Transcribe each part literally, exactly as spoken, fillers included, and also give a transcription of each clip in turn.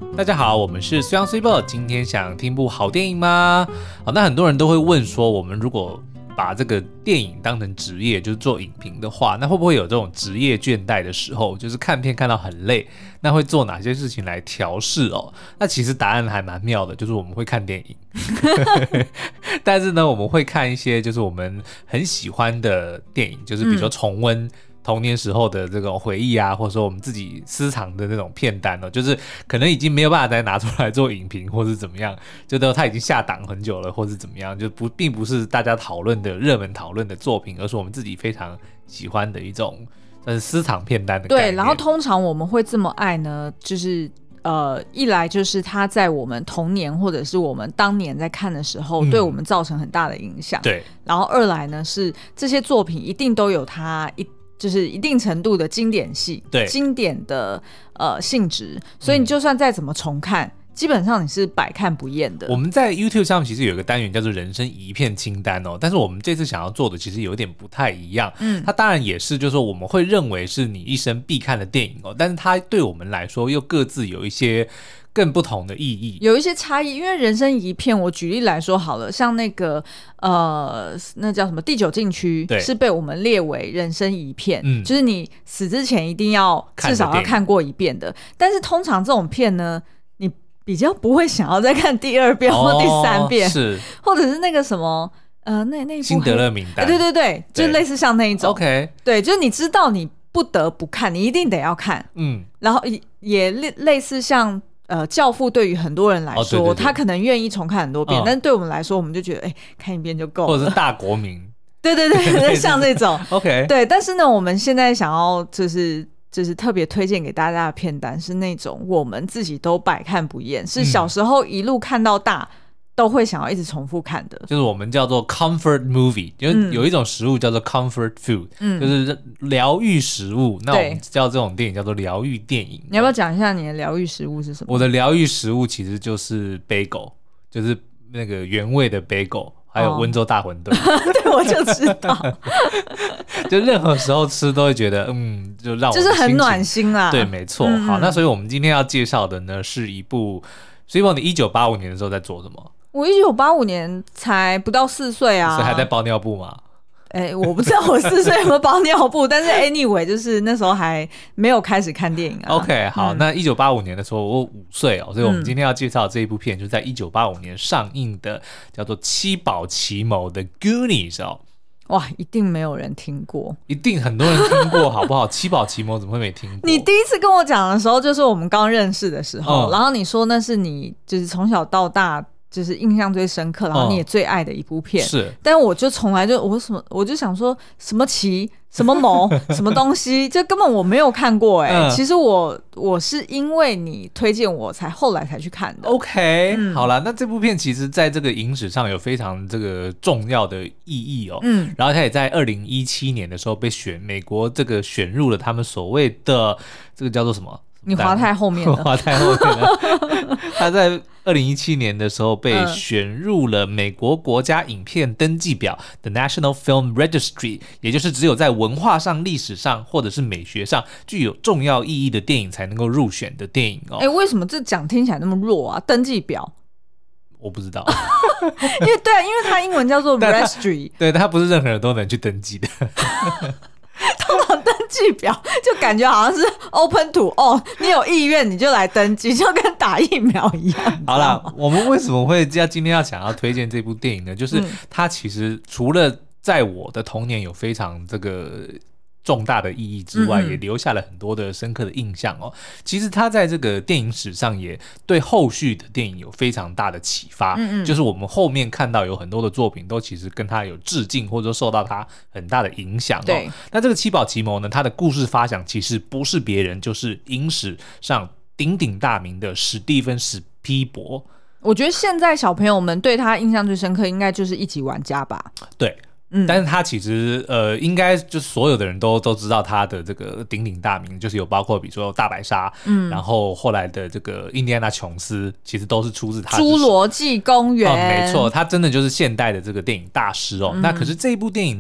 大家好，我们是虽阳虽报，今天想听部好电影吗？好，那很多人都会问说，我们如果把这个电影当成职业，就是做影评的话，那会不会有这种职业倦怠的时候，就是看片看到很累，那会做哪些事情来调适哦？那其实答案还蛮妙的，就是我们会看电影但是呢，我们会看一些就是我们很喜欢的电影，就是比如说重温、嗯童年时候的这种回忆啊，或者说我们自己私藏的那种片单哦，就是可能已经没有办法再拿出来做影评，或是怎么样，就都它已经下档很久了，或是怎么样，就不并不是大家讨论的热门讨论的作品，而是我们自己非常喜欢的一种算是私藏片单的概念。 对，然后通常我们会这么爱呢，就是呃，一来就是它在我们童年或者是我们当年在看的时候，嗯、对我们造成很大的影响。 对， 然后二来呢是这些作品一定都有它一。就是一定程度的经典性， 对经典的呃性质，所以你就算再怎么重看、嗯、基本上你是百看不厌的。 我们在 YouTube 上其实有一个单元叫做人生一片清单哦，但是我们这次想要做的其实有点不太一样。嗯，它当然也是就是说我们会认为是你一生必看的电影哦，但是它对我们来说又各自有一些更不同的意义， 有一些差异。因为人生一片，我举例来说好了，像那个呃，那叫什么第九禁区，是被我们列为人生一片、嗯、就是你死之前一定要至少要看过一遍的。但是通常这种片呢，你比较不会想要再看第二遍或第三遍、哦、 是， 或者是那个什么呃，那那一部辛德勒名单、 欸、对对对，就类似像那一种。 OK， 对，就是你知道你不得不看，你一定得要看。嗯，然后也类似像。呃，教父对于很多人来说、哦、对对对，他可能愿意重看很多遍、嗯、但是对我们来说我们就觉得哎，看一遍就够了， 或者是大国民对对对像这种 OK， 对。但是呢我们现在想要就是就是特别推荐给大家的片单是那种我们自己都百看不厌，是小时候一路看到大、嗯都会想要一直重复看的， 就是我们叫做 comfort movie， 就是有一种食物叫做 comfort food、嗯、就是疗愈食物，那我们叫这种电影叫做疗愈电影。 你要不要讲一下你的疗愈食物是什么？ 我的疗愈食物其实就是 bagel， 就是那个原味的 bagel， 还有温州大馄饨、哦、 对，我就知道就任何时候吃都会觉得嗯，就让我就是很暖心啦。 对，没错、嗯、好，那所以我们今天要介绍的呢是一部，所以你一九八五年的时候在做什么？ 我一九八五年才不到四岁啊， 所以还在包尿布吗？ 哎、欸，我不知道我四岁有没有包尿布，但是 anyway 就是那时候还没有开始看电影啊。 OK， 好，嗯、那一九八五年的时候我五岁哦，所以我们今天要介绍这一部片，就是在一九八五年上映的，叫做七宝奇谋的 Goonies 哦。 哇，一定没有人听过， 一定很多人听过，好不好？七宝奇谋怎么会没听过？ 你第一次跟我讲的时候，就是我们刚认识的时候、嗯，然后你说那是你就是从小到大。就是印象最深刻，然后你也最爱的一部片、嗯、是，但我就从来就我什么我就想说什么奇什么谋什么东西，就根本我没有看过哎、欸嗯。其实我我是因为你推荐我才后来才去看的。 OK，、嗯、好啦，那这部片其实在这个影史上有非常这个重要的意义哦。嗯，然后它也在二零一七年的时候被选美国这个选入了他们所谓的这个叫做什么？ 你滑太后面了， 滑太后面了。他在二零一七年的时候被选入了美国国家影片登记表 The National Film Registry， 也就是只有在文化上、历史上或者是美学上具有重要意义的电影才能够入选的电影哦。 哎、欸，为什么这讲听起来那么弱啊？登记表？ 我不知道， 因为对啊，因为它英文叫做 registry， 对，它不是任何人都能去登记的。 通常登记表就感觉好像是 open to all， 你有意愿你就来登记，就跟打疫苗一样。 好啦，我们为什么会要今天要想要推荐这部电影呢？就是它其实除了在我的童年有非常这个重大的意义之外，嗯嗯也留下了很多的深刻的印象哦。其实他在这个电影史上也对后续的电影有非常大的启发，嗯嗯就是我们后面看到有很多的作品都其实跟他有致敬，或者说受到他很大的影响哦。对，那这个七宝奇谋呢，他的故事发想其实不是别人，就是影史上鼎鼎大名的史蒂芬史匹柏。 我觉得现在小朋友们对他印象最深刻应该就是一级玩家吧。 对，嗯，但是他其实呃，应该就是所有的人都都知道他的这个鼎鼎大名，就是有包括比如说大白鲨，嗯，然后后来的这个印第安纳琼斯，其实都是出自他侏罗纪公园、 哦，没错，他真的就是现代的这个电影大师哦。嗯、那可是这一部电影呢，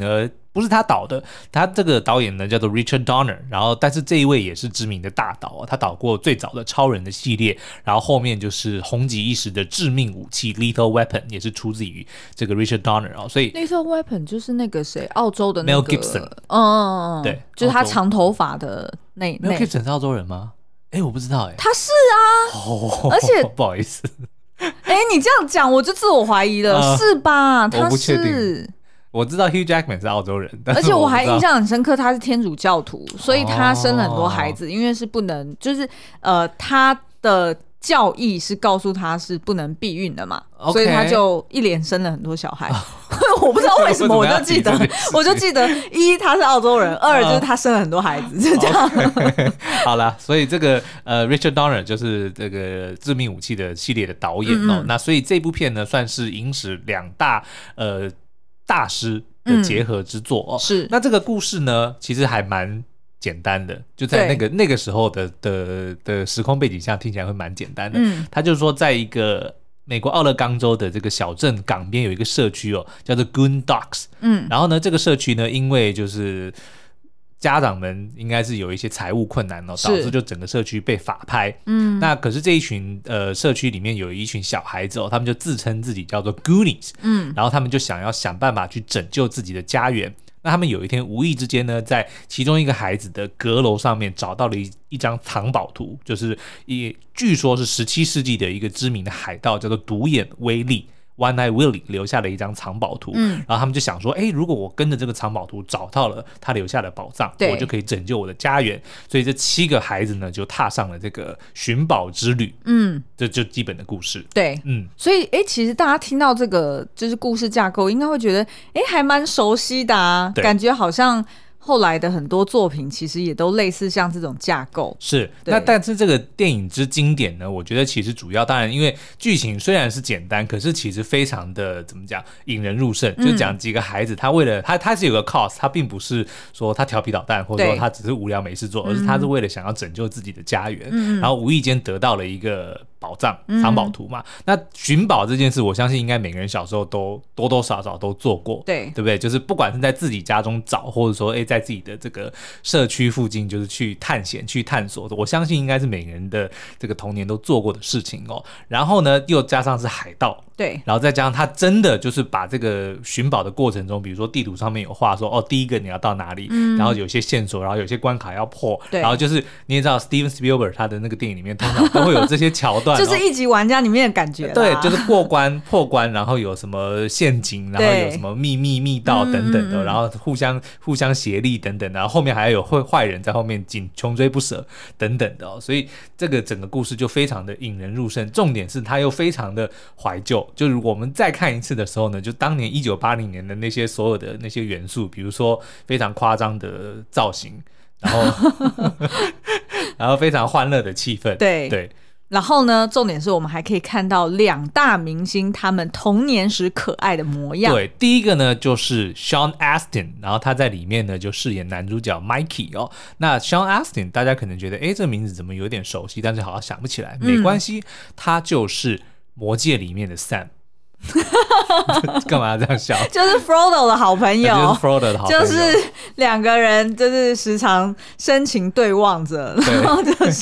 不是他导的，他这个导演呢叫做 Richard Donner， 然后但是这一位也是知名的大导，他导过最早的超人的系列，然后后面就是红极一时的致命武器 Lethal Weapon 也是出自于这个 Richard Donner， 哦，所以 Lethal Weapon 就是那个谁，澳洲的那个 Mel Gibson， 嗯嗯嗯， 对， 就是他长头发的那 Mel Gibson 是澳洲人吗？哎，我不知道哎， 他是啊， 哦， 而且不好意思， 哎，你这样讲我就自我怀疑了，呃、是吧？他是， 我不确定。我知道 Hugh Jackman 是澳洲人， 而且我还印象很深刻，他是天主教徒，所以他生了很多孩子，哦、因为是不能，就是呃，他的教义是告诉他是不能避孕的嘛， okay. 所以他就一连生了很多小孩。我不知道为什么，我就记得，我就记得一他是澳洲人，二就是他生了很多孩子，就这样。 Okay. 好啦，所以这个呃 Richard Donner 就是这个致命武器的系列的导演哦，嗯嗯，那所以这部片呢算是影史两大呃。大师的结合之作哦， 嗯、是。 那这个故事呢，其实还蛮简单的，就在那个那个时候的的的时空背景下，听起来会蛮简单的。嗯，他就是说，在一个美国奥勒冈州的这个小镇港边有一个社区哦，叫做 Goondocks。嗯，然后呢，这个社区呢，因为就是家长们应该是有一些财务困难哦，导致就整个社区被法拍。嗯，那可是这一群呃社区里面有一群小孩子哦，他们就自称自己叫做 Goonies。嗯，然后他们就想要想办法去拯救自己的家园。那他们有一天无意之间呢，在其中一个孩子的阁楼上面找到了一一张藏宝图，就是也据说是十七世纪的一个知名的海盗叫做独眼威利。One Eye Willie 留下了一张藏宝图，嗯，然后他们就想说，哎，如果我跟着这个藏宝图找到了他留下的宝藏，我就可以拯救我的家园。所以这七个孩子呢，就踏上了这个寻宝之旅。嗯，这就基本的故事。 对，嗯，所以哎，其实大家听到这个就是故事架构，应该会觉得，哎，还蛮熟悉的啊，感觉好像。后来的很多作品其实也都类似像这种架构， 是。那但是这个电影之经典呢，我觉得其实主要当然因为剧情虽然是简单，可是其实非常的怎么讲引人入胜。就讲几个孩子，他为了他他是有个 cause， 他并不是说他调皮捣蛋，或者说他只是无聊没事做，而是他是为了想要拯救自己的家园，嗯、然后无意间得到了一个宝藏藏宝图嘛。嗯、那寻宝这件事，我相信应该每个人小时候都多多少少都做过， 对对不对？就是不管是在自己家中找，或者说哎在自己的这个社区附近就是去探险去探索的，我相信应该是每个人的这个童年都做过的事情哦。然后呢又加上是海盗， 对， 然后再加上他真的就是把这个寻宝的过程中，比如说地图上面有画说哦第一个你要到哪里，嗯、然后有些线索，然后有些关卡要破，然后就是你也知道 Steven Spielberg 他的那个电影里面通常都会有这些桥段就是一级玩家里面的感觉啦， 对，就是过关破关，然后有什么陷阱，然后有什么秘密密道等等的，嗯嗯嗯然后互相互相协力等等，然后后面还有坏人在后面紧穷追不舍等等的哦，所以这个整个故事就非常的引人入胜。重点是它又非常的怀旧，就是我们再看一次的时候呢，就当年一九八零年的那些所有的那些元素，比如说非常夸张的造型，然后然后非常欢乐的气氛， 对对。 然后呢，重点是我们还可以看到两大明星他们童年时可爱的模样。 对，第一个呢就是 Sean Astin， 然后他在里面呢就饰演男主角 Mikey 哦。那 Sean Astin 大家可能觉得，哎，这个名字怎么有点熟悉，但是好像想不起来。没关系，嗯、他就是魔戒里面的 Sam。干嘛要这样笑？ 就是 Frodo 的好朋友， 就是 Frodo 的好朋友， 就是两个人就是时常深情对望着，然后就是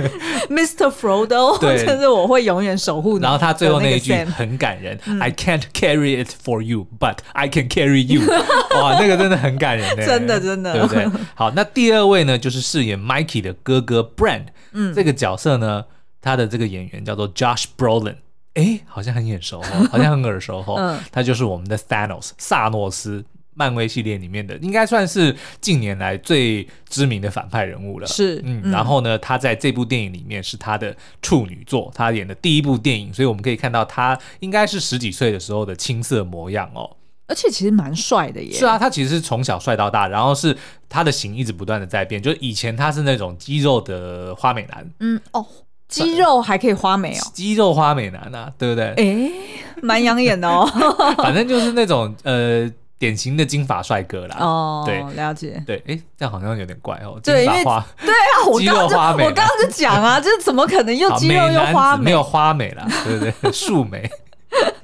Mister Frodo， 就是我会永远守护你。 然后他最后那一句很感人、嗯、I can't carry it for you, but I can carry you 哇，那个真的很感人耶真的真的， 对不对？好，那第二位呢就是饰演 Mikey 的哥哥 Brand、嗯、这个角色呢，他的这个演员叫做 Josh Brolin，哎，好像很眼熟哦，好像很耳熟哦。嗯，他就是我们的 Thanos 萨诺斯，漫威系列里面的，应该算是近年来最知名的反派人物了。 是， 嗯，嗯然后呢，他在这部电影里面是他的处女作，他演的第一部电影，所以我们可以看到他应该是十几岁的时候的青涩模样哦。 而且其实蛮帅的耶。 是啊，他其实是从小帅到大，然后是他的型一直不断的在变，就是以前他是那种肌肉的花美男。 嗯，哦。肌肉还可以花美哦， 肌肉花美男啊，对不对？ 哎，蛮养眼的哦。 反正就是那种呃典型的金发帅哥啦。 哦， 对， 了解。 对，哎，这样好像有点怪哦。 对， 金发花， 对啊，我肌肉花美， 我刚刚就讲啊，就是怎么可能又肌肉又花美？ 没有花美啦，对不对？树美。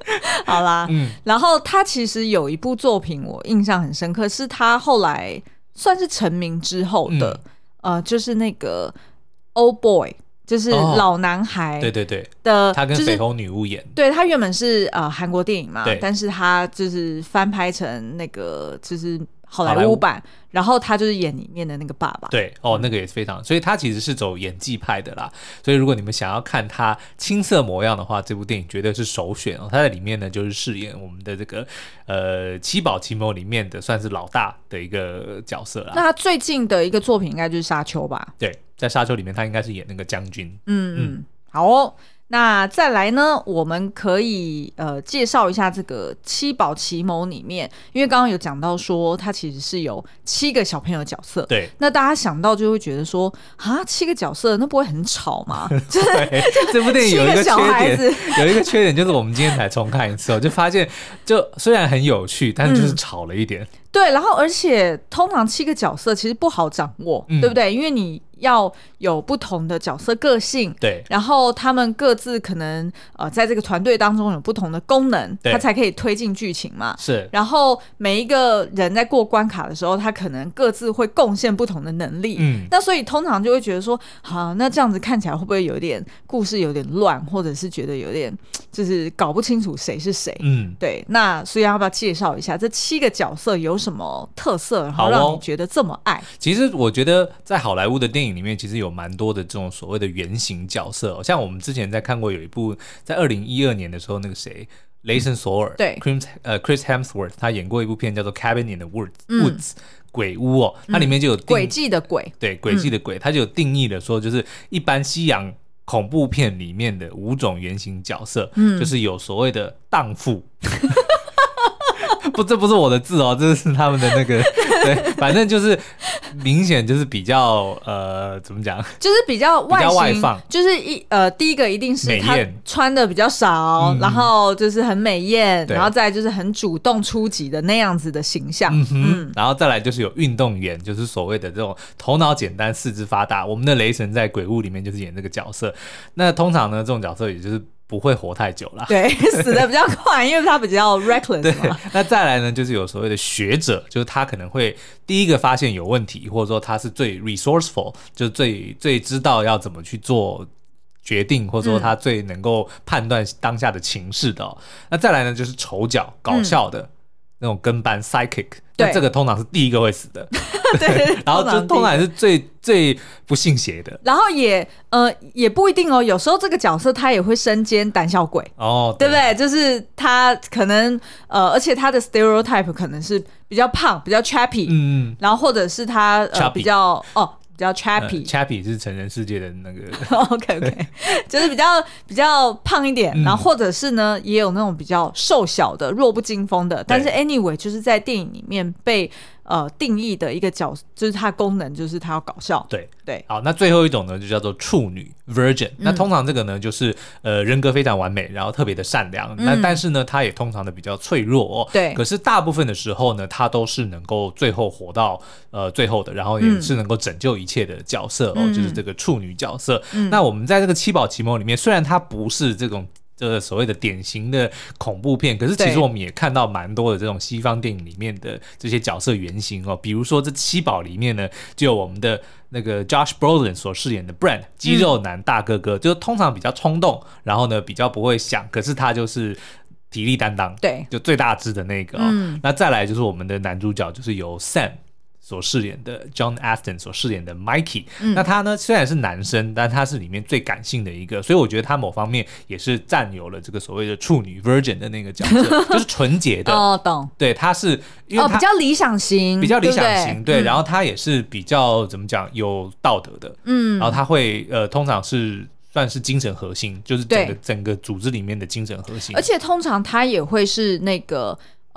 好啦，嗯，然后他其实有一部作品我印象很深刻，是他后来算是成名之后的，嗯、呃，就是那个 Old Boy。就是老男孩、哦， 对对对的， 他跟绯红女巫演， 对，他原本是呃韩国电影嘛，但是他就是翻拍成那个就是好莱坞版，然后他就是演里面的那个爸爸。 对哦，那个也是非常，所以他其实是走演技派的啦。所以如果你们想要看他青涩模样的话，这部电影绝对是首选哦。他在里面呢就是饰演我们的这个呃七宝奇谋里面的算是老大的一个角色啦。 那他最近的一个作品应该就是《沙丘》吧？ 对，在《沙丘》里面他应该是演那个将军。 嗯嗯，好哦。那再来呢，我们可以呃介绍一下这个七宝奇谋里面，因为刚刚有讲到说它其实是有七个小朋友角色， 对， 那大家想到就会觉得说啊，七个角色那不会很吵吗？ 对，这部电影有一个缺点，有一个缺点就是我们今天才重看一次，我就发现就虽然很有趣，但是就是吵了一点。嗯， 对，然后而且通常七个角色其实不好掌握，嗯、对不对？因为你要有不同的角色个性， 对， 然后他们各自可能呃在这个团队当中有不同的功能，他才可以推进剧情嘛。 是， 然后每一个人在过关卡的时候，他可能各自会贡献不同的能力，嗯，那所以通常就会觉得说，好，那这样子看起来会不会有点故事有点乱，或者是觉得有点就是搞不清楚谁是谁？嗯，对。那所以要不要介绍一下这七个角色有什么特色，然后让你觉得这么爱？ 其实我觉得在好莱坞的电影里面，其实有蛮多的这种所谓的原型角色、哦，像我们之前在看过有一部，在二零一二年的时候，那个谁，雷神索尔， 对 ，Chris 呃 Chris Hemsworth， 他演过一部片叫做《Cabin in the Woods》，嗯、鬼屋哦，它里面就有定诡计的鬼， 对，诡计的鬼，它就有定义了说，就是一般西洋恐怖片里面的五种原型角色，嗯、就是有所谓的荡妇。不，这不是我的字哦，这是他们的那个，对，反正就是明显就是比较呃，怎么讲， 就是比较外形， 比较外放， 就是一呃，第一个一定是他穿的比较少，然后就是很美艳，然后再来就是很主动出击的那样子的形象，嗯嗯，然后再来就是有运动员，就是所谓的这种头脑简单、四肢发达。我们的雷神在鬼屋里面就是演这个角色，那通常呢，这种角色也就是不会活太久啦， 对，死的比较快，因为他比较 reckless 嘛。 那再来呢，就是有所谓的学者，就是他可能会第一个发现有问题，或者说他是最 resourceful， 就是最最知道要怎么去做决定，或者说他最能够判断当下的情势的、哦嗯。那再来呢，就是丑角、搞笑的、嗯、那种跟班 psychic， 那这个通常是第一个会死的。对，然后就通常是最最不信邪的， 然后也呃也不一定哦，有时候这个角色他也会身兼胆小鬼哦， 对不对？就是他可能呃，而且他的 stereotype 可能是比较胖、比较 chappy， 嗯，然后或者是他呃比较哦。比较 chappy， chappy 是成人世界的那个 OK OK， 就是比较比较胖一点、嗯，然后或者是呢，也有那种比较瘦小的、弱不禁风的，但是 anyway 就是在电影里面被呃定义的一个角，就是它功能就是它要搞笑。 对对， 好，那最后一种呢就叫做处女 virgin，、嗯、那通常这个呢就是呃人格非常完美，然后特别的善良，嗯、那但是呢它也通常的比较脆弱哦。 对， 可是大部分的时候呢，它都是能够最后活到呃最后的，然后也是能够拯救一切的角色哦，嗯、就是这个处女角色。嗯、那我们在这个七宝奇谋里面，虽然它不是这种。这个所谓的典型的恐怖片，可是其实我们也看到蛮多的这种西方电影里面的这些角色原型哦，比如说这七宝里面呢，就有我们的那个 Josh Brolin 所饰演的 Brent 肌肉男大哥哥，嗯、就通常比较冲动，然后呢比较不会想，可是他就是体力担当， 对， 就最大只的那个哦。嗯、那再来就是我们的男主角，就是由 Sam所饰演的 John Astin 所饰演的 Mikey，嗯、那他呢虽然是男生，但他是里面最感性的一个，所以我觉得他某方面也是占有了这个所谓的处女 Virgin 的那个角色，就是纯洁的。 哦，懂。 对，他是因为他、 哦、比较理想型， 比较理想型，对，对嗯、 然后他也是比较怎么讲有道德的，嗯，然后他会呃通常是。算是精神核心，就是整个整个组织里面的精神核心， 而且通常他也会是那个呃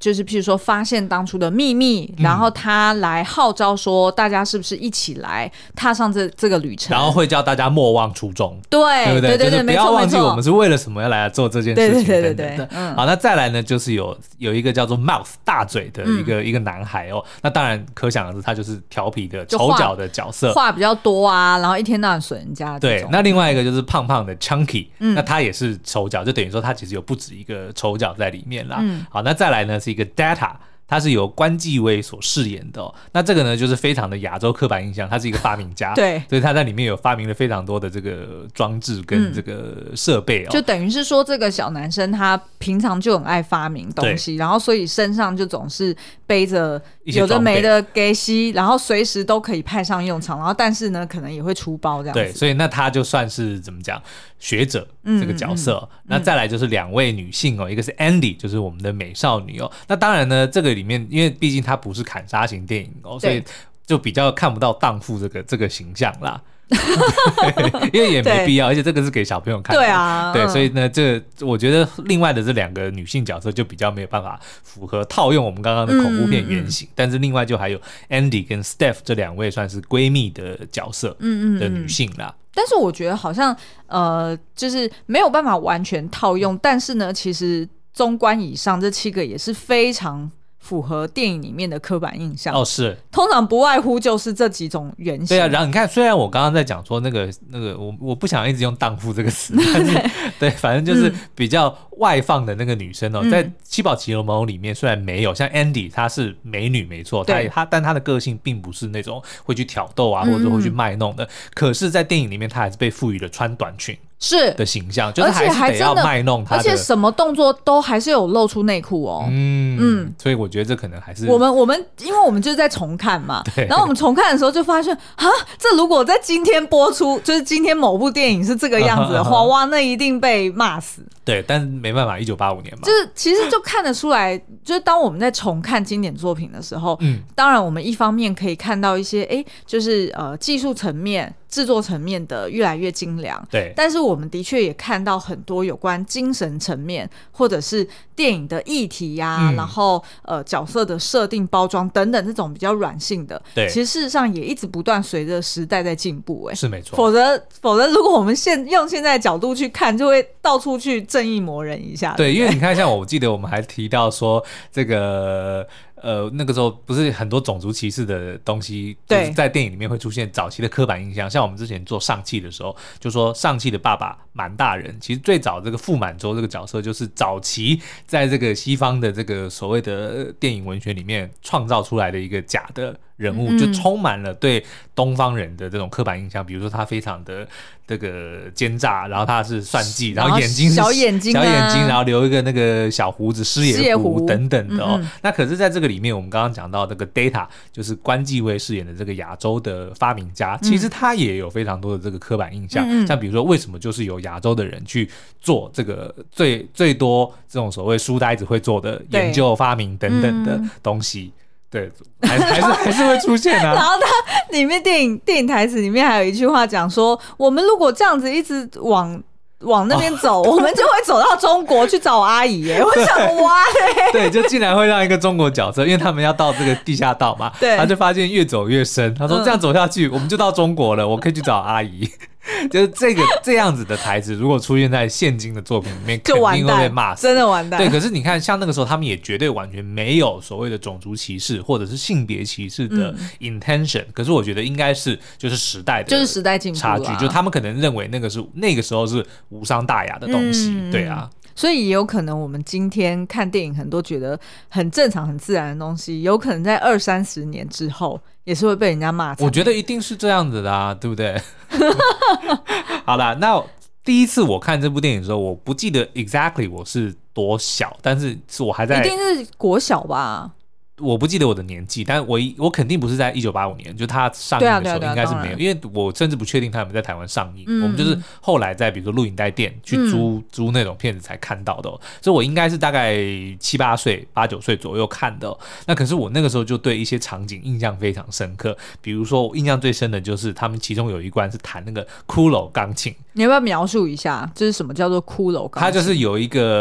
就是譬如说发现当初的秘密、嗯、然后他来号召说大家是不是一起来踏上这这个旅程， 然后会叫大家莫忘初衷， 对对不对？ 对对对， 就是不要忘记我们是为了什么要来做这件事情， 对对对对对。 嗯、好，那再来呢，就是有有一个叫做 Mouth 大嘴的一个、嗯、一个男孩哦，那当然可想而知，他就是调皮的丑角的角色， 话比较多啊，然后一天到晚损人家。 对，那另外一个就是胖胖的 Chunky，、嗯、那他也是丑角，就等于说他其实有不止一个丑角在里面啦。嗯、好，那再来呢是一个 Data。他是由关继威所饰演的、哦、那这个呢就是非常的亚洲刻板印象，他是一个发明家， 对， 所以他在里面有发明了非常多的这个装置跟这个设备、哦嗯、就等于是说这个小男生他平常就很爱发明东西，然后所以身上就总是背着有的没的给西，然后随时都可以派上用场，然后但是呢可能也会出包这样子， 对，所以那他就算是怎么讲学者这个角色、哦嗯嗯、那再来就是两位女性哦，一个是 Andy 就是我们的美少女哦，那当然呢这个里面因为毕竟它不是砍杀型电影哦，所以就比较看不到荡妇这个这个形象啦因为也没必要，而且这个是给小朋友看的， 对啊， 对，所以呢这我觉得另外的这两个女性角色就比较没有办法符合套用我们刚刚的恐怖片原型、嗯嗯嗯、但是另外就还有 Andy 跟 Steph 这两位算是闺蜜的角色的女性啦，嗯嗯嗯， 但是我觉得好像呃，就是没有办法完全套用，但是呢，其实综观以上这七个也是非常符合电影里面的刻板印象哦， 是通常不外乎就是这几种原型。 对啊，然后你看，虽然我刚刚在讲说那个那个，我我不想一直用荡妇这个词，但是对，反正就是比较外放的那个女生哦，嗯、在七宝奇龙里面虽然没有像 Andy 她是美女没错，她她但她的个性并不是那种会去挑逗啊，或者会去卖弄的，嗯、可是，在电影里面她还是被赋予了穿短裙。是的形象，就是还是得要卖弄他的， 而且什么动作都还是有露出内裤哦。 嗯嗯，所以我觉得这可能还是我们我们，因为我们就是在重看嘛，然后我们重看的时候就发现啊，这如果在今天播出，就是今天某部电影是这个样子的话，哇，那一定被骂死。 对，但是没办法，一九八五年嘛， 就是其实就看得出来，就是当我们在重看经典作品的时候，嗯，当然我们一方面可以看到一些，哎，就是呃技术层面、制作层面的越来越精良， 对， 但是我们的确也看到很多有关精神层面或者是电影的议题呀、啊嗯，然后呃角色的设定、包装等等这种比较软性的， 对， 其实事实上也一直不断随着时代在进步，哎， 是没错， 否则否则如果我们现用现在的角度去看，就会到处去正义魔人一下， 对，因为你看，像我记得我们还提到说这个。呃，那个时候不是很多种族歧视的东西，就是在电影里面会出现早期的刻板印象。像我们之前做上汽的时候，就说上汽的爸爸满大人，其实最早这个傅满洲这个角色，就是早期在这个西方的这个所谓的电影文学里面创造出来的一个假的人物，嗯、就充满了对东方人的这种刻板印象。比如说他非常的这个奸诈，然后他是算计，然后眼睛是小眼睛、 啊、小眼睛，然后留一个那个小胡子狮爷胡等等的哦。嗯嗯那可是在这个里面，我们刚刚讲到这个 Data 就是关继威饰演的这个亚洲的发明家，其实他也有非常多的这个刻板印象，嗯、像比如说为什么就是有亚洲的人去做这个最最多这种所谓书呆子会做的研究发明等等的东西。对，还是还是还是会出现啊。 然后他里面电影电影台词里面还有一句话讲说，我们如果这样子一直往往那边走、哦、我们就会走到中国去找阿姨耶。我想哇嘞， 对，就竟然会让一个中国角色，因为他们要到这个地下道嘛，对，他就发现越走越深，他说这样走下去、嗯、我们就到中国了，我可以去找阿姨。就是这个这样子的台词，如果出现在现今的作品里面，肯定会被骂死， 真的完蛋。 对，可是你看，像那个时候，他们也绝对完全没有所谓的种族歧视或者是性别歧视的 intention、嗯。可是我觉得应该是就是时代的就是时代进步差距，就他们可能认为那个是那个时候是无伤大雅的东西，嗯、对啊。 所以也有可能我们今天看电影很多觉得很正常很自然的东西，有可能在二三十年之后也是会被人家骂。 我觉得一定是这样子的啊，对不对？好啦，那第一次我看这部电影的时候，我不记得 exactly 我是多小，但是是我还在， 一定是国小吧。 我不记得我的年纪，但我我肯定不是在一九八五年，就它上映的时候应该是没有，因为我甚至不确定它有没有在台湾上映、嗯、我们就是后来在比如说录影带店去租、嗯、租那种片子才看到的、哦、所以我应该是大概七八岁八九岁左右看的、哦、那可是我那个时候就对一些场景印象非常深刻，比如说我印象最深的就是他们其中有一关是弹那个骷髅钢琴。 你要不要描述一下就是什么叫做骷髅钢琴？ 它就是有一个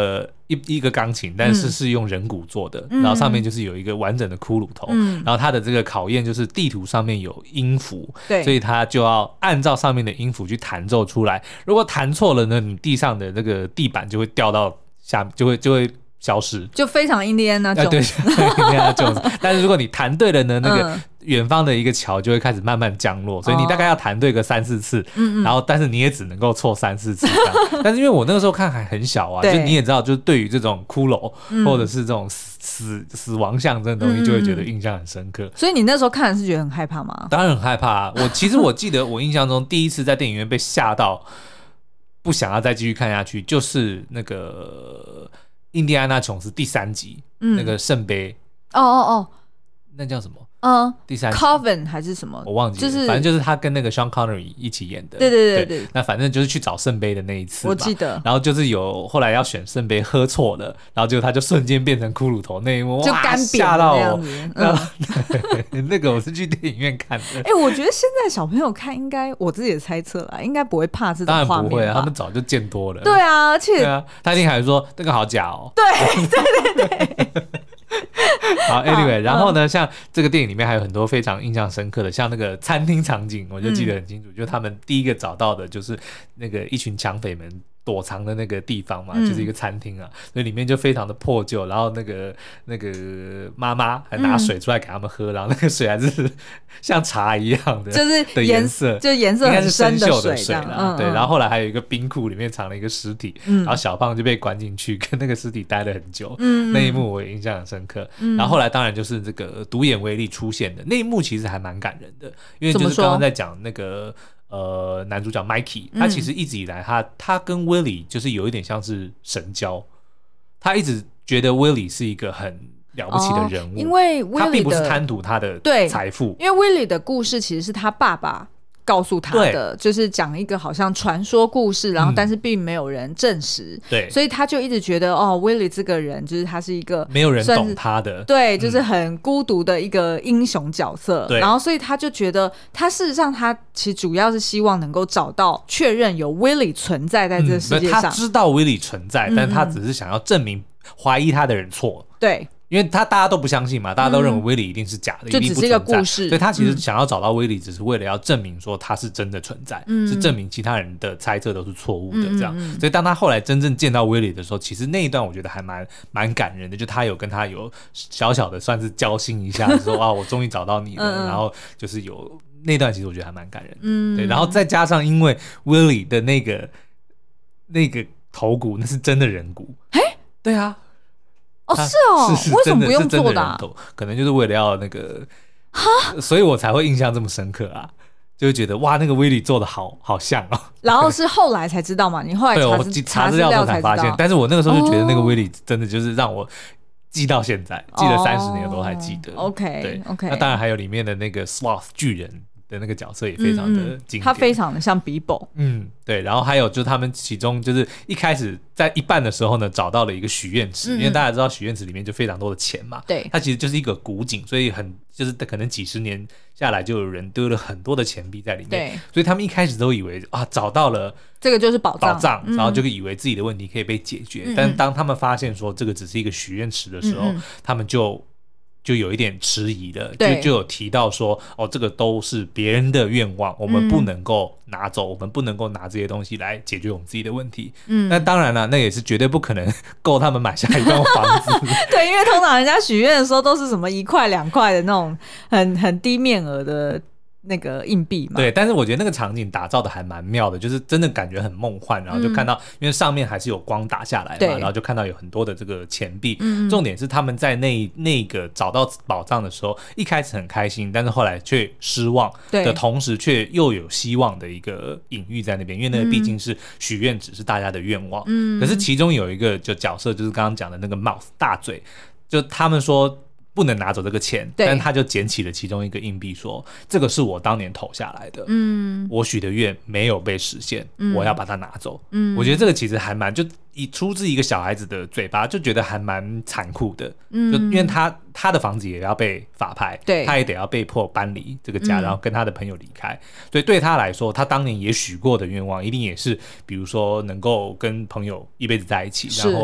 一一个钢琴，但是是用人骨做的，嗯、然后上面就是有一个完整的骷髅头，嗯、然后它的这个考验就是地图上面有音符，对，所以它就要按照上面的音符去弹奏出来。如果弹错了呢，你地上的那个地板就会掉到下面，就会就会消失， 就非常印第安纳琼斯。对， 印第安纳琼斯。但是如果你弹对了呢，那个远方的一个桥就会开始慢慢降落，所以你大概要弹对个三四次，嗯、然后但是你也只能够错三四次这样。但是因为我那个时候看还很小啊，就你也知道，就是对于这种骷髅、嗯、或者是这种死死亡像这种东西，就会觉得印象很深刻。 所以你那时候看是觉得很害怕吗？ 当然很害怕、啊。我其实我记得我印象中第一次在电影院被吓到，不想要再继续看下去，就是那个印第安纳琼斯第三集、嗯、那个圣杯。 哦哦哦， 那叫什么？ 嗯， 第三集 Coven 还是什么我忘记了、就是、反正就是他跟那个 Sean Connery 一起演的。 对对对 对, 对， 那反正就是去找圣杯的那一次我记得。 然后就是有后来要选圣杯喝错了，然后结果他就瞬间变成骷髅头那一幕， 就干瘪吓到我、 嗯、 那个我是去电影院看的。 哎、欸，我觉得现在小朋友看应该我自己的猜测啦，应该不会怕这种画面。 当然不会啊，他们早就见多了。 对啊，而且对啊，他一定还说那个好假哦。 对对对对。 好 anyway 然后呢、嗯、像这个电影里面还有很多非常印象深刻的，像那个餐厅场景我就记得很清楚、嗯、就他们第一个找到的就是那个一群抢匪们躲藏的那个地方嘛、嗯、就是一个餐厅啊，所以里面就非常的破旧，然后那个那个妈妈还拿水出来给他们喝、嗯、然后那个水还是像茶一样的， 就是的颜色， 就颜色很深的水， 水啦、嗯、对，然后后来还有一个冰库里面藏了一个尸体、嗯、然后小胖就被关进去跟那个尸体待了很久、嗯、那一幕我也印象很深刻、嗯、然后后来当然就是这个独眼威力出现的那一幕其实还蛮感人的，因为就是刚刚在讲那个呃，男主角 Mikey 他其实一直以来他、嗯、他跟 Willie 就是有一点像是神交，他一直觉得 Willie 是一个很了不起的人物、哦、 因为 Willie 他并不是贪图他的财富， 因为 Willie 的故事其实是他爸爸告诉他的，就是讲一个好像传说故事，然后但是并没有人证实、嗯、对，所以他就一直觉得哦 Willie 这个人就是他是一个没有人懂他的， 对，就是很孤独的一个英雄角色、嗯、然后所以他就觉得他事实上他其实主要是希望能够找到确认有 Willie 存在在这个世界上、 嗯、他知道 Willie 存在、嗯、但他只是想要证明怀疑他的人错， 对， 因为他大家都不相信嘛，大家都认为威利一定是假的、嗯、 就只是一个故事， 所以他其实想要找到威利只是为了要证明说他是真的存在、嗯、是证明其他人的猜测都是错误的这样、嗯嗯、所以当他后来真正见到威利的时候，其实那一段我觉得还蛮蛮感人的，就他有跟他有小小的算是交心一下说啊我终于找到你了嗯嗯然后就是有那段其实我觉得还蛮感人的、嗯、对，然后再加上因为威利的那个那个头骨那是真的人骨， 欸对啊哦，是哦， 是是为什么不用做的、啊？ 可能就是为了要那个，所以我才会印象这么深刻啊，就会觉得哇，那个威利做的好好像哦。 然后是后来才知道嘛，你后来查对我查资料之后才发现，但是我那个时候就觉得那个威利真的就是让我记到现在，哦、记了三十年我都还记得。 OK， 对 OK， 那当然还有里面的那个 Sloth 巨人的那个角色也非常的经典， 他非常的像 Bilbo， 嗯，对，然后还有就是他们其中就是一开始在一半的时候呢，找到了一个许愿池、嗯，因为大家知道许愿池里面就非常多的钱嘛， 对， 它其实就是一个古井，所以很就是可能几十年下来就有人丢了很多的钱币在里面，对，所以他们一开始都以为啊找到了这个就是宝藏， 宝藏、嗯，然后就以为自己的问题可以被解决，嗯、但当他们发现说这个只是一个许愿池的时候，嗯嗯他们就。就有一点迟疑了，就就有提到说，哦，这个都是别人的愿望，我们不能够拿走、嗯，我们不能够拿这些东西来解决我们自己的问题。嗯，那当然了，那也是绝对不可能够他们买下一栋房子。 对，因为通常人家许愿的时候都是什么一块两块的那种很很低面额的。那个硬币嘛， 对，但是我觉得那个场景打造的还蛮妙的，就是真的感觉很梦幻，然后就看到、嗯、因为上面还是有光打下来嘛，然后就看到有很多的这个钱币、嗯、重点是他们在那那个找到宝藏的时候一开始很开心，但是后来却失望的同时却又有希望的一个隐喻在那边，因为那个毕竟是许愿只是大家的愿望、嗯、可是其中有一个就角色就是刚刚讲的那个 mouth 大嘴，就他们说不能拿走这个钱，但他就捡起了其中一个硬币说，这个是我当年投下来的，嗯，我许的愿没有被实现、嗯、我要把它拿走，嗯，我觉得这个其实还蛮就以出自一个小孩子的嘴巴就觉得还蛮残酷的，嗯，就因为他他的房子也要被法拍，对，他也得要被迫搬离这个家、嗯、然后跟他的朋友离开，所以对他来说他当年也许过的愿望一定也是比如说能够跟朋友一辈子在一起，然后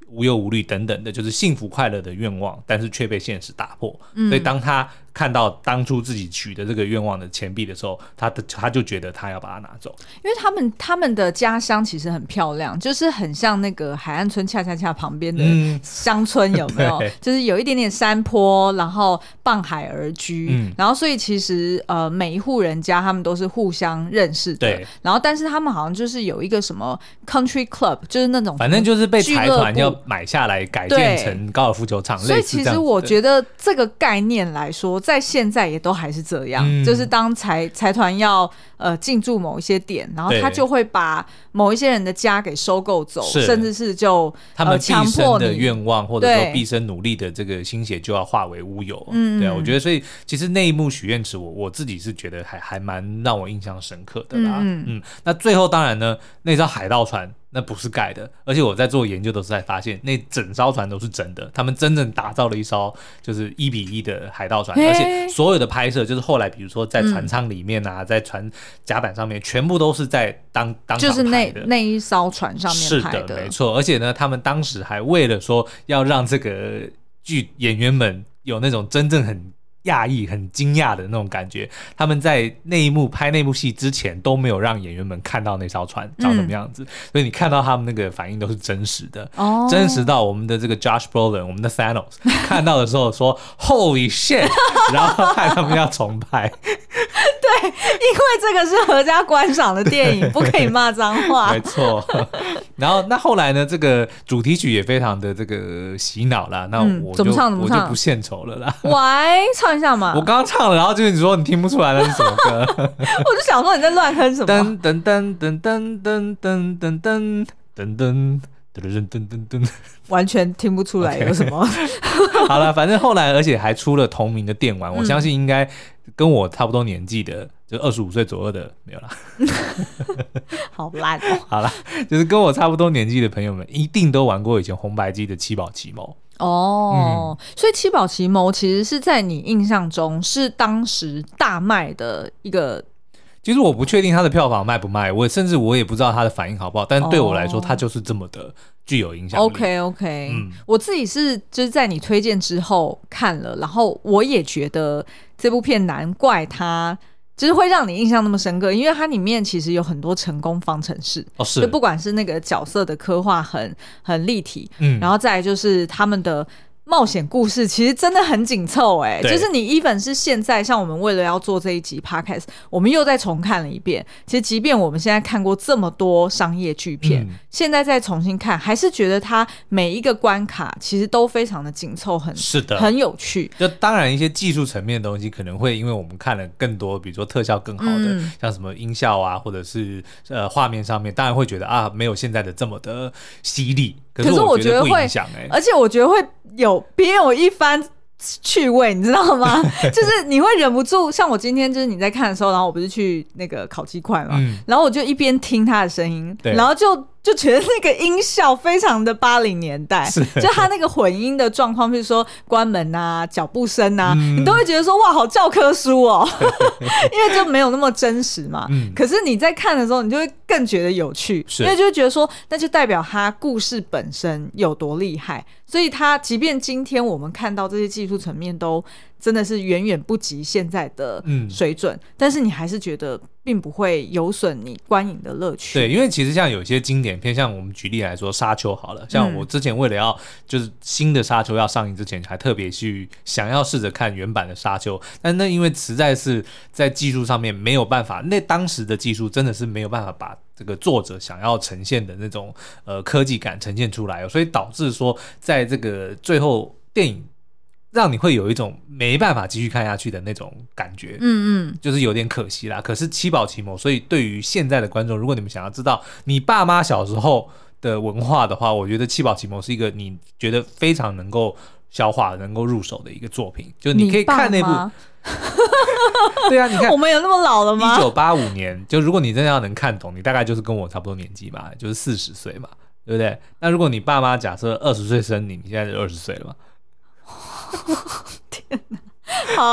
无忧无虑等等的，就是幸福快乐的愿望，但是却被现实打破、 嗯、 所以当他看到当初自己许的这个愿望的钱币的时候，他的他就觉得他要把它拿走， 因为他们他们的家乡其实很漂亮，就是很像那个海岸村恰恰恰旁边的乡村，有没有、嗯、就是有一点点山坡，然后傍海而居、嗯、然后所以其实呃每一户人家他们都是互相认识的， 对， 然后但是他们好像就是有一个什么 country club， 就是那种反正就是被财团要买下来改建成高尔夫球场， 所以其实我觉得这个概念来说在现在也都还是这样、嗯、就是当财财团要呃进驻某一些点，然后他就会把某一些人的家给收购走，甚至是就他们毕生的愿望、呃、或者说毕生努力的这个心血就要化为乌有。嗯，对啊，我觉得所以其实那一幕许愿池我我自己是觉得还还蛮让我印象深刻的啦。嗯嗯，那最后当然呢，那艘海盗船那不是盖的，而且我在做研究的时候才发现那整艘船都是真的，他们真正打造了一艘就是一比一的海盗船，而且所有的拍摄就是后来比如说在船舱里面啊、嗯、在船甲板上面全部都是在当当场拍的， 就是那那一艘船上面拍的， 是的，没错。而且呢他们当时还为了说要让这个剧演员们有那种真正很讶异很惊讶的那种感觉，他们在那一幕拍那部戏之前都没有让演员们看到那艘船长什么样子、嗯、所以你看到他们那个反应都是真实的、哦、真实到我们的这个 Josh Brolin 我们的 Thanos 看到的时候说 Holy shit 然后害他们要重拍对，因为这个是合家观赏的电影不可以骂脏话没错。然后那后来呢这个主题曲也非常的这个洗脑啦，那我就、嗯、怎么唱怎么唱我就不献丑了啦。 喂，唱一下嘛。 我刚刚唱了，然后就是你说你听不出来那是什么歌我就想说你在乱哼什么。 噔噔噔噔噔噔噔噔噔噔噔噔噔噔噔， 完全听不出来有什么、 okay. 好了，反正后来而且还出了同名的电玩、嗯、我相信应该跟我差不多年纪的就二十五岁左右的没有啦好烂哦。 好啦，就是跟我差不多年纪的朋友们一定都玩过以前红白机的七宝奇谋哦、嗯、所以七宝奇谋其实是在你印象中是当时大卖的一个， 其实我不确定它的票房卖不卖，我甚至我也不知道它的反应好不好，但是对我来说它就是这么的具有影响力。 OK OK、嗯、我自己是就是在你推荐之后看了，然后我也觉得这部片难怪它就是会让你印象那么深刻，因为它里面其实有很多成功方程式、 哦、是， 就不管是那个角色的刻画很很立体、嗯、然后再来就是他们的冒险故事其实真的很紧凑哎，就是你 even 是现在像我们为了要做这一集 podcast 我们又再重看了一遍，其实即便我们现在看过这么多商业巨片、嗯、现在再重新看还是觉得它每一个关卡其实都非常的紧凑，很是的， 很有趣。 就当然一些技术层面的东西可能会因为我们看了更多比如说特效更好的、嗯、像什么音效啊或者是呃画面上面当然会觉得啊没有现在的这么的犀利，可是我觉得不影响、欸、 而且我觉得会有别有一番趣味，你知道吗？就是你会忍不住，像我今天就是你在看的时候，然后我不是去那个烤鸡块嘛、嗯，然后我就一边听他的声音，然后就就觉得那个音效非常的八零年代，就他那个混音的状况，比如说关门啊、脚步声啊、嗯，你都会觉得说哇，好教科书哦，因为就没有那么真实嘛、嗯。可是你在看的时候，你就会更觉得有趣，因为就会觉得说，那就代表他故事本身有多厉害。所以他即便今天我们看到这些技术层面都真的是远远不及现在的水准、嗯、但是你还是觉得并不会有损你观影的乐趣。 对，因为其实像有些经典片，像我们举例来说沙丘好了，像我之前为了要就是新的沙丘要上映之前还特别去想要试着看原版的沙丘，但那因为实在是在技术上面没有办法，那当时的技术真的是没有办法把这个作者想要呈现的那种呃科技感呈现出来，所以导致说在这个最后电影让你会有一种没办法继续看下去的那种感觉，嗯嗯，就是有点可惜啦。可是七宝奇谋，所以对于现在的观众，如果你们想要知道你爸妈小时候的文化的话，我觉得七宝奇谋是一个你觉得非常能够消化能够入手的一个作品，就你可以看那部对啊，你看我们有那么老了吗？ 一九八五年，就如果你真的要能看懂，你大概就是跟我差不多年纪嘛，就是四十岁嘛，对不对？那如果你爸妈假设二十岁生你，你现在就二十岁了嘛？ 天哪，好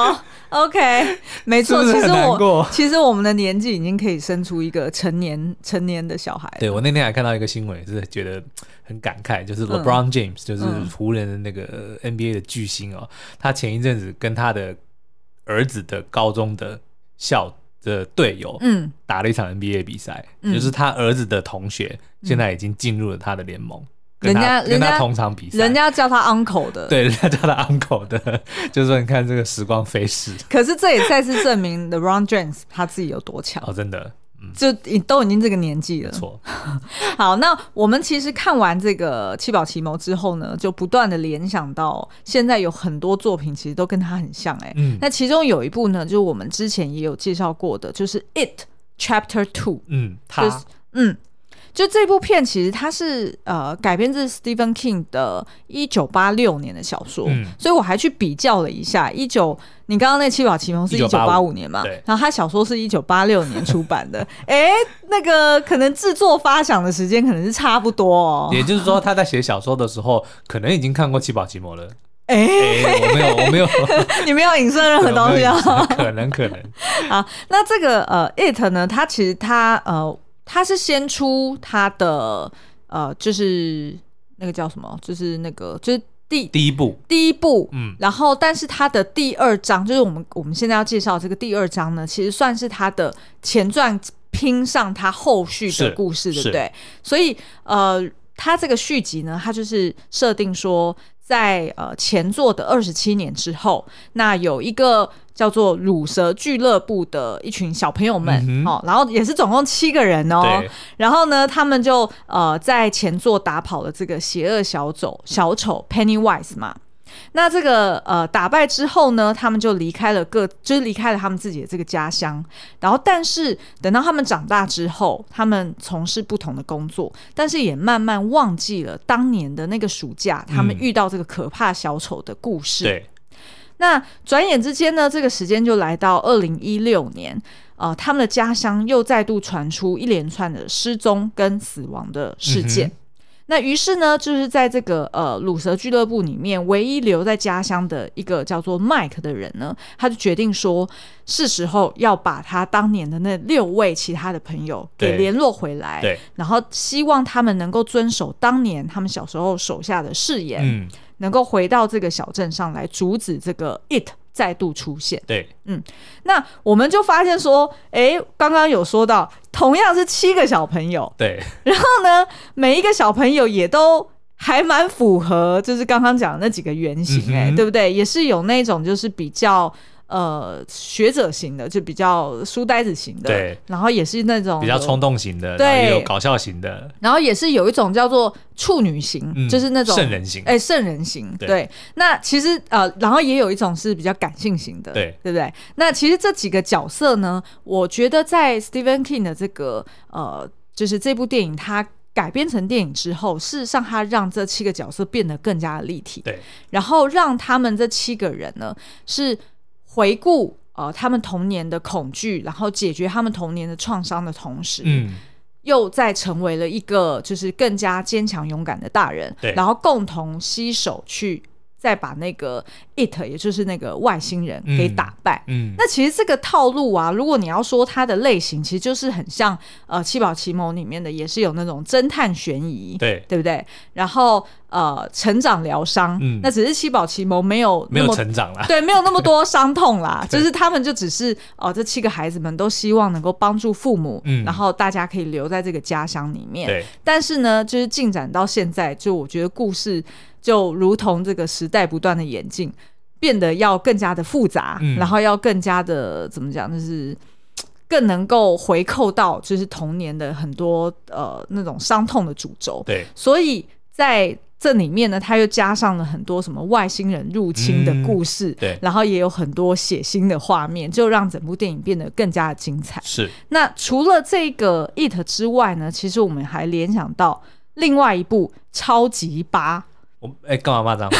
OK， 没错， 是不是很难过？ 其实我其实我们的年纪已经可以生出一个成年成年的小孩。 对，我那天还看到一个新闻，是觉得很感慨，就是 LeBron James、嗯、就是湖人的那个 N B A 的巨星哦，他前一阵子跟他的儿子的高中的校的队友，嗯，打了一场 N B A 比赛、嗯，就是他儿子的同学现在已经进入了他的联盟。人家跟他同场比赛， 人家叫他 uncle 的， 对，人家叫他 uncle 的，就是说你看这个时光飞逝。 可是这也再次证明 LeBron James 他自己有多强哦，真的， 嗯，就都已经这个年纪了， 没错。 好，那我们其实看完这个七宝奇谋之后呢，就不断的联想到现在有很多作品其实都跟他很像、欸，哎、嗯，那其中有一部呢，就是我们之前也有介绍过的，就是 It Chapter Two， 嗯，他， 就是、嗯。就这部片其实它是呃改编自 Stephen King 的一九八六年的小说、嗯、所以我还去比较了一下一九你刚刚那七宝奇谋是一九八五年嘛，然后他小说是一九八六年出版的哎那个可能制作发想的时间可能是差不多哦， 也就是说他在写小说的时候可能已经看过七宝奇谋了。哎、欸欸，我没有，我没有， 你没有引申任何东西啊？ 可能，可能。 好，那这个呃 ，It 呢，它其实它呃。他是先出他的呃，就是那个叫什么，就是那个就是第第一部第一部，嗯，然后但是他的第二章，就是我们我们现在要介绍这个第二章呢，其实算是他的前传拼上他后续的故事，对不对？所以呃，他这个续集呢，他就是设定说，在呃前作的二十七年之后，那有一个叫做乳蛇俱乐部的一群小朋友们、嗯哦、然后也是总共七个人哦。然后呢，他们就呃在前作打跑了这个邪恶小丑小丑 Pennywise 嘛。那这个呃打败之后呢，他们就离开了各，就是离开了他们自己的这个家乡。然后，但是等到他们长大之后，他们从事不同的工作，但是也慢慢忘记了当年的那个暑假，他们遇到这个可怕小丑的故事。 嗯、对。 那转眼之间呢，这个时间就来到二零一六年，呃，他们的家乡又再度传出一连串的失踪跟死亡的事件。嗯、那于是呢，就是在这个呃乳蛇俱乐部里面，唯一留在家乡的一个叫做 Mike 的人呢，他就决定说，是时候要把他当年的那六位其他的朋友给联络回来， 对， 然后希望他们能够遵守当年他们小时候手下的誓言。嗯，能够回到这个小镇上来阻止这个 It 再度出现。 对， 嗯，那我们就发现说，哎，刚刚有说到，同样是七个小朋友， 对， 然后呢，每一个小朋友也都还蛮符合，就是刚刚讲的那几个原型、欸，哎、嗯，对不对？也是有那种就是比较。呃，学者型的就比较书呆子型的， 对， 然后也是那种比较冲动型的，对，也有搞笑型的， 然后也是有一种叫做处女型，嗯、就是那种圣人型， 哎、欸，圣人型，对。对那其实呃，然后也有一种是比较感性型的， 对， 对不对？那其实这几个角色呢，我觉得在 Stephen King 的这个呃，就是这部电影它改编成电影之后，事实上它让这七个角色变得更加的立体， 对， 然后让他们这七个人呢是。回顾呃他们童年的恐惧，然后解决他们童年的创伤的同时，嗯，又再成为了一个就是更加坚强勇敢的大人， 对， 然后共同携手去再把那个 It 也就是那个外星人给打败。嗯，嗯那其实这个套路啊，如果你要说它的类型，其实就是很像呃七宝奇谋里面的，也是有那种侦探悬疑， 对， 对不对？然后呃成长疗伤，嗯，那只是七宝奇谋没有没有成长啦， 对，没有那么多伤痛啦，就是他们就只是哦、呃，这七个孩子们都希望能够帮助父母，嗯，然后大家可以留在这个家乡里面。 对， 但是呢，就是进展到现在，就我觉得故事就如同这个时代不断的演进，变得要更加的复杂，嗯、然后要更加的怎么讲，就是更能够回扣到就是童年的很多呃那种伤痛的主轴。 对， 所以在这里面呢，它又加上了很多什么外星人入侵的故事， 嗯、对， 然后也有很多血腥的画面，就让整部电影变得更加的精彩。 是。那除了这个 It 之外呢，其实我们还联想到另外一部超级八。 我哎，干嘛骂脏话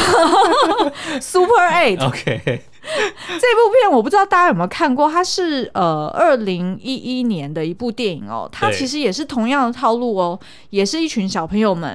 ？Super Eight OK 这部片我不知道大家有没有看过，它是呃二零一一年的一部电影哦。它其实也是同样的套路哦，也是一群小朋友们，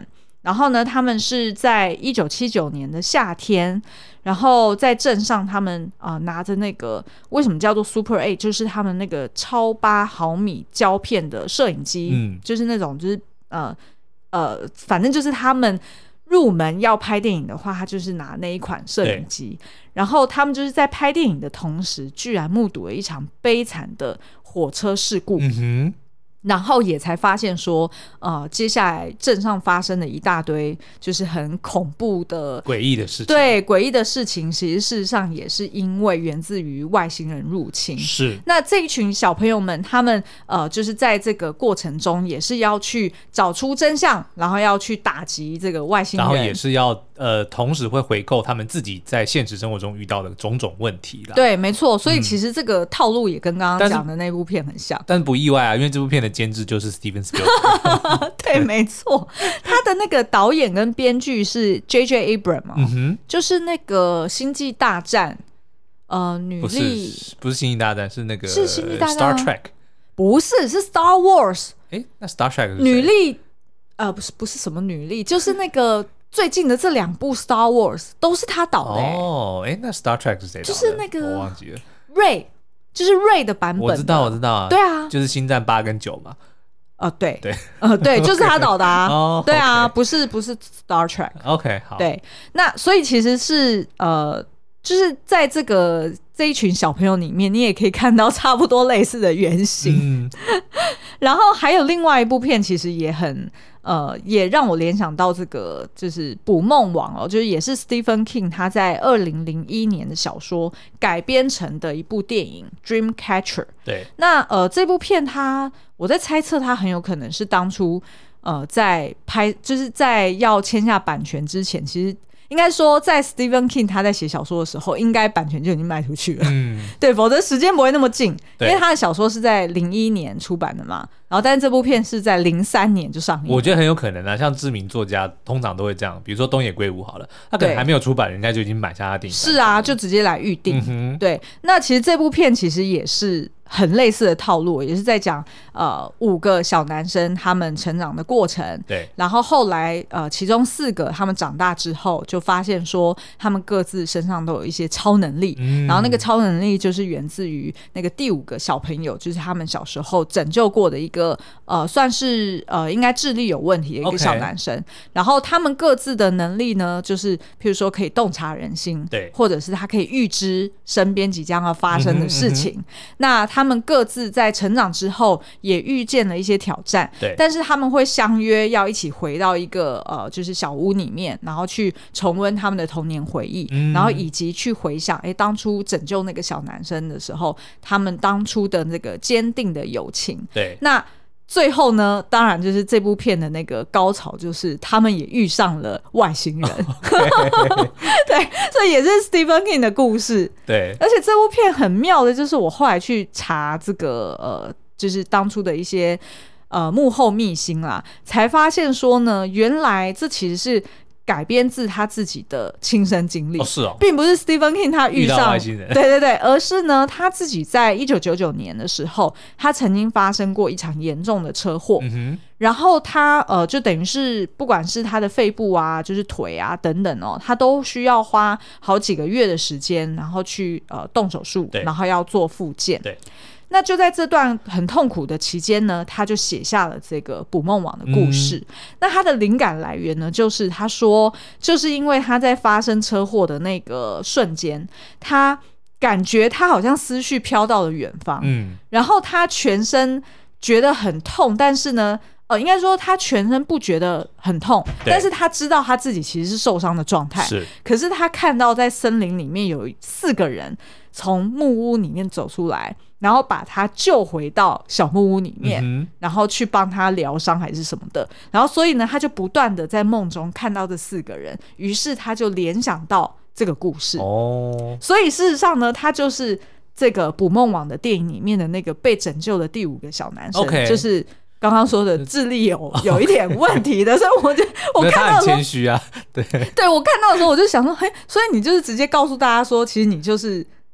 然后呢，他们是在一九七九年的夏天，然后在镇上，他们啊、呃、拿着那个为什么叫做 Super 八，就是他们那个超八毫米胶片的摄影机，嗯，就是那种就是呃呃，反正就是他们入门要拍电影的话，他就是拿那一款摄影机，然后他们就是在拍电影的同时，居然目睹了一场悲惨的火车事故。嗯哼。然后也才发现说呃，接下来镇上发生的一大堆就是很恐怖的诡异的事情， 对，诡异的事情其实事实上也是因为源自于外星人入侵。 是， 那这一群小朋友们他们呃，就是在这个过程中也是要去找出真相，然后要去打击这个外星人， 然后也是要呃，同时会回扣他们自己在现实生活中遇到的种种问题啦。 对，没错，所以其实这个套路也跟刚刚讲的那部片很像， 但是不意外啊，因为这部片的监制就是 Steven Spielberg 对，没错，他的那个导演跟编剧是 J J Abrams、哦嗯、就是那个星际大战呃，女力不是不是星际大战，是那个是星际大战 Star Trek， 不是，是 Star Wars。 哎，那 Star Trek 是谁？ 女力呃，不是不是什么女力，就是那个最近的这两部 Star Wars 都是他导的。 哦，哎，那 Star Trek 是谁导的？ 就是那个我忘记了 Ray， 就是 Ray 的版本的。 我知道我知道啊， 对啊， 就是星战八跟九嘛。 呃，对对， 呃，对，就是他导的啊。 哦， 对啊， okay 不是不是 Star Trek。OK， 好。 对，那所以其实是呃，就是在这个这一群小朋友里面，你也可以看到差不多类似的原型。嗯、然后还有另外一部片，其实也很呃，也让我联想到这个，就是《捕梦网》哦，就是也是 Stephen King 他在二零零一年的小说改编成的一部电影《Dreamcatcher》。 对， 那呃，这部片它，我在猜测它很有可能是当初呃在拍，就是在要签下版权之前，其实应该说在 Stephen King 他在写小说的时候，应该版权就已经卖出去了。嗯，对，否则时间不会那么近，因为他的小说是在零一年出版的嘛。然后，但是这部片是在零三年就上映。 我觉得很有可能啊，像知名作家通常都会这样，比如说东野圭吾好了，他可能还没有出版，人家就已经买下他电影。 是啊，就直接来预定。嗯、对，那其实这部片其实也是很类似的套路，也是在讲呃五个小男生他们成长的过程。 对， 然后后来呃其中四个他们长大之后，就发现说他们各自身上都有一些超能力，嗯、然后那个超能力就是源自于那个第五个小朋友，就是他们小时候拯救过的一个。呃，算是呃，应该智力有问题的一个小男生。Okay. 然后他们各自的能力呢，就是譬如说可以洞察人心， 对， 或者是他可以预知身边即将要发生的事情。嗯嗯、那他们各自在成长之后，也遇见了一些挑战， 对。 但是他们会相约要一起回到一个呃，就是小屋里面，然后去重温他们的童年回忆，嗯、然后以及去回想，哎，当初拯救那个小男生的时候，他们当初的那个坚定的友情， 对。 那最后呢，当然就是这部片的那个高潮，就是他们也遇上了外星人。Okay. 对，这也是 Stephen King 的故事。 对， 而且这部片很妙的，就是我后来去查这个呃，就是当初的一些呃幕后秘辛啦，才发现说呢，原来这其实是改编自他自己的亲身经历。 哦，是哦， 并不是 Stephen King 他遇上遇到外星人， 对对对，而是呢他自己在一九九九年的时候，他曾经发生过一场严重的车祸。嗯哼，然后他呃就等于是不管是他的肺部啊，就是腿啊等等哦，他都需要花好几个月的时间，然后去呃动手术，然后要做复健。 对。 那就在这段很痛苦的期间呢，他就写下了这个捕梦网的故事。嗯、那他的灵感来源呢，就是他说，就是因为他在发生车祸的那个瞬间，他感觉他好像思绪飘到了远方，嗯，然后他全身觉得很痛，但是呢，呃，应该说他全身不觉得很痛，但是他知道他自己其实是受伤的状态。 是， 可是他看到在森林里面有四个人从木屋里面走出来，然后把他救回到小木屋里面，嗯、然后去帮他疗伤还是什么的。然后所以呢，他就不断的在梦中看到这四个人，于是他就联想到这个故事。哦，所以事实上呢，他就是这个捕梦网的电影里面的那个被拯救的第五个小男生， okay. 就是刚刚说的智力有有一点问题的，所以我就我看到的时候，他很谦虚啊，对对，我看到的时候我就想说，嘿，所以你就是直接告诉大家说，其实你就是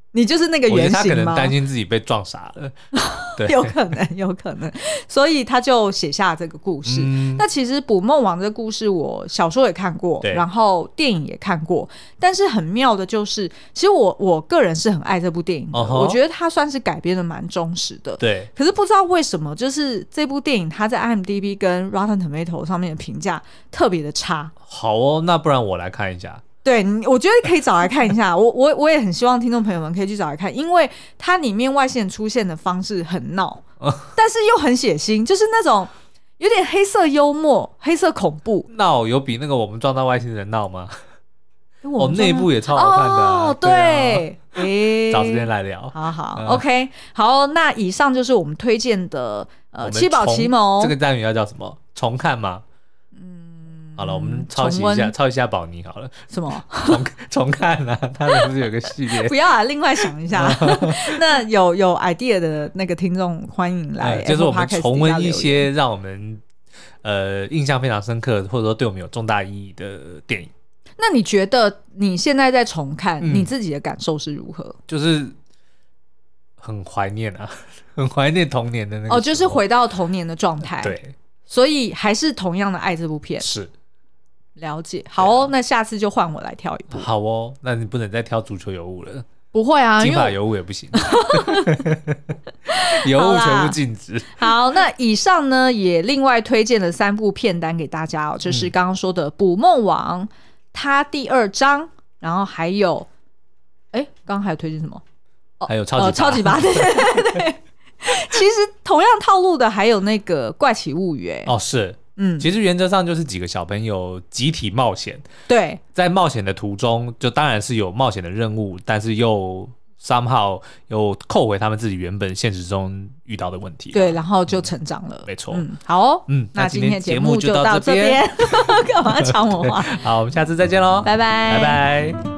你就是那个原型吗？ 我觉得他可能担心自己被撞傻了对， 有可能有可能，所以他就写下这个故事、嗯、那其实捕梦网这个故事我小说也看过，然后电影也看过，但是很妙的就是其实我我个人是很爱这部电影的、uh huh、我觉得它算是改编的蛮忠实的，对。可是不知道为什么就是这部电影它在 I M D B 跟 Rotten Tomato 上面的评价特别的差。 好哦，那不然我来看一下。 对，我觉得可以找来看一下我, 我, 我也很希望听众朋友们可以去找来看，因为它里面外星人出现的方式很闹、嗯、但是又很血腥，就是那种有点黑色幽默黑色恐怖。 闹有比那个我们撞到外星人闹吗？哦，内部也超好看的、啊、 哦，对、 啊欸、找时间来聊。 好好、嗯、OK 好，那以上就是我们推荐的呃七宝奇谋。 这个单元要叫什么？重看吗？好了，我们抄袭一下，抄一下宝妮好了。 什么？ 重重看啊，他是不是有个系列？ 不要啊，另外想一下。那有有 idea 的那个听众欢迎来、嗯， 就是我们重温一些让我们呃印象非常深刻，或者说对我们有重大意义的电影。 那你觉得你现在在重看，嗯、你自己的感受是如何？ 就是很怀念啊，很怀念童年的那个。 哦，就是回到童年的状态。对，所以还是同样的爱这部片。是。了解，好哦，那下次就换我来挑一部。 好哦，那你不能再挑足球尤物了。 不会啊， 金发尤物也不行，尤物全部禁止。 好，那以上呢也另外推荐了三部片单给大家哦，就是刚刚说的《捕梦网》，它第二章，然后还有，哎，刚刚还有推荐什么？ 哦、还有超级、呃、 超级八，对对对。其实同样套路的还有那个《怪奇物语》哎。 哦，是。嗯，其实原则上就是几个小朋友集体冒险， 对， 在冒险的途中，就当然是有冒险的任务，但是又 somehow 又扣回他们自己原本现实中遇到的问题， 对，然后就成长了。嗯、 没错， 嗯，好哦，嗯，那今天节目就到这边，干嘛抢我话？ 好，我们下次再见喽， 拜拜， 拜拜。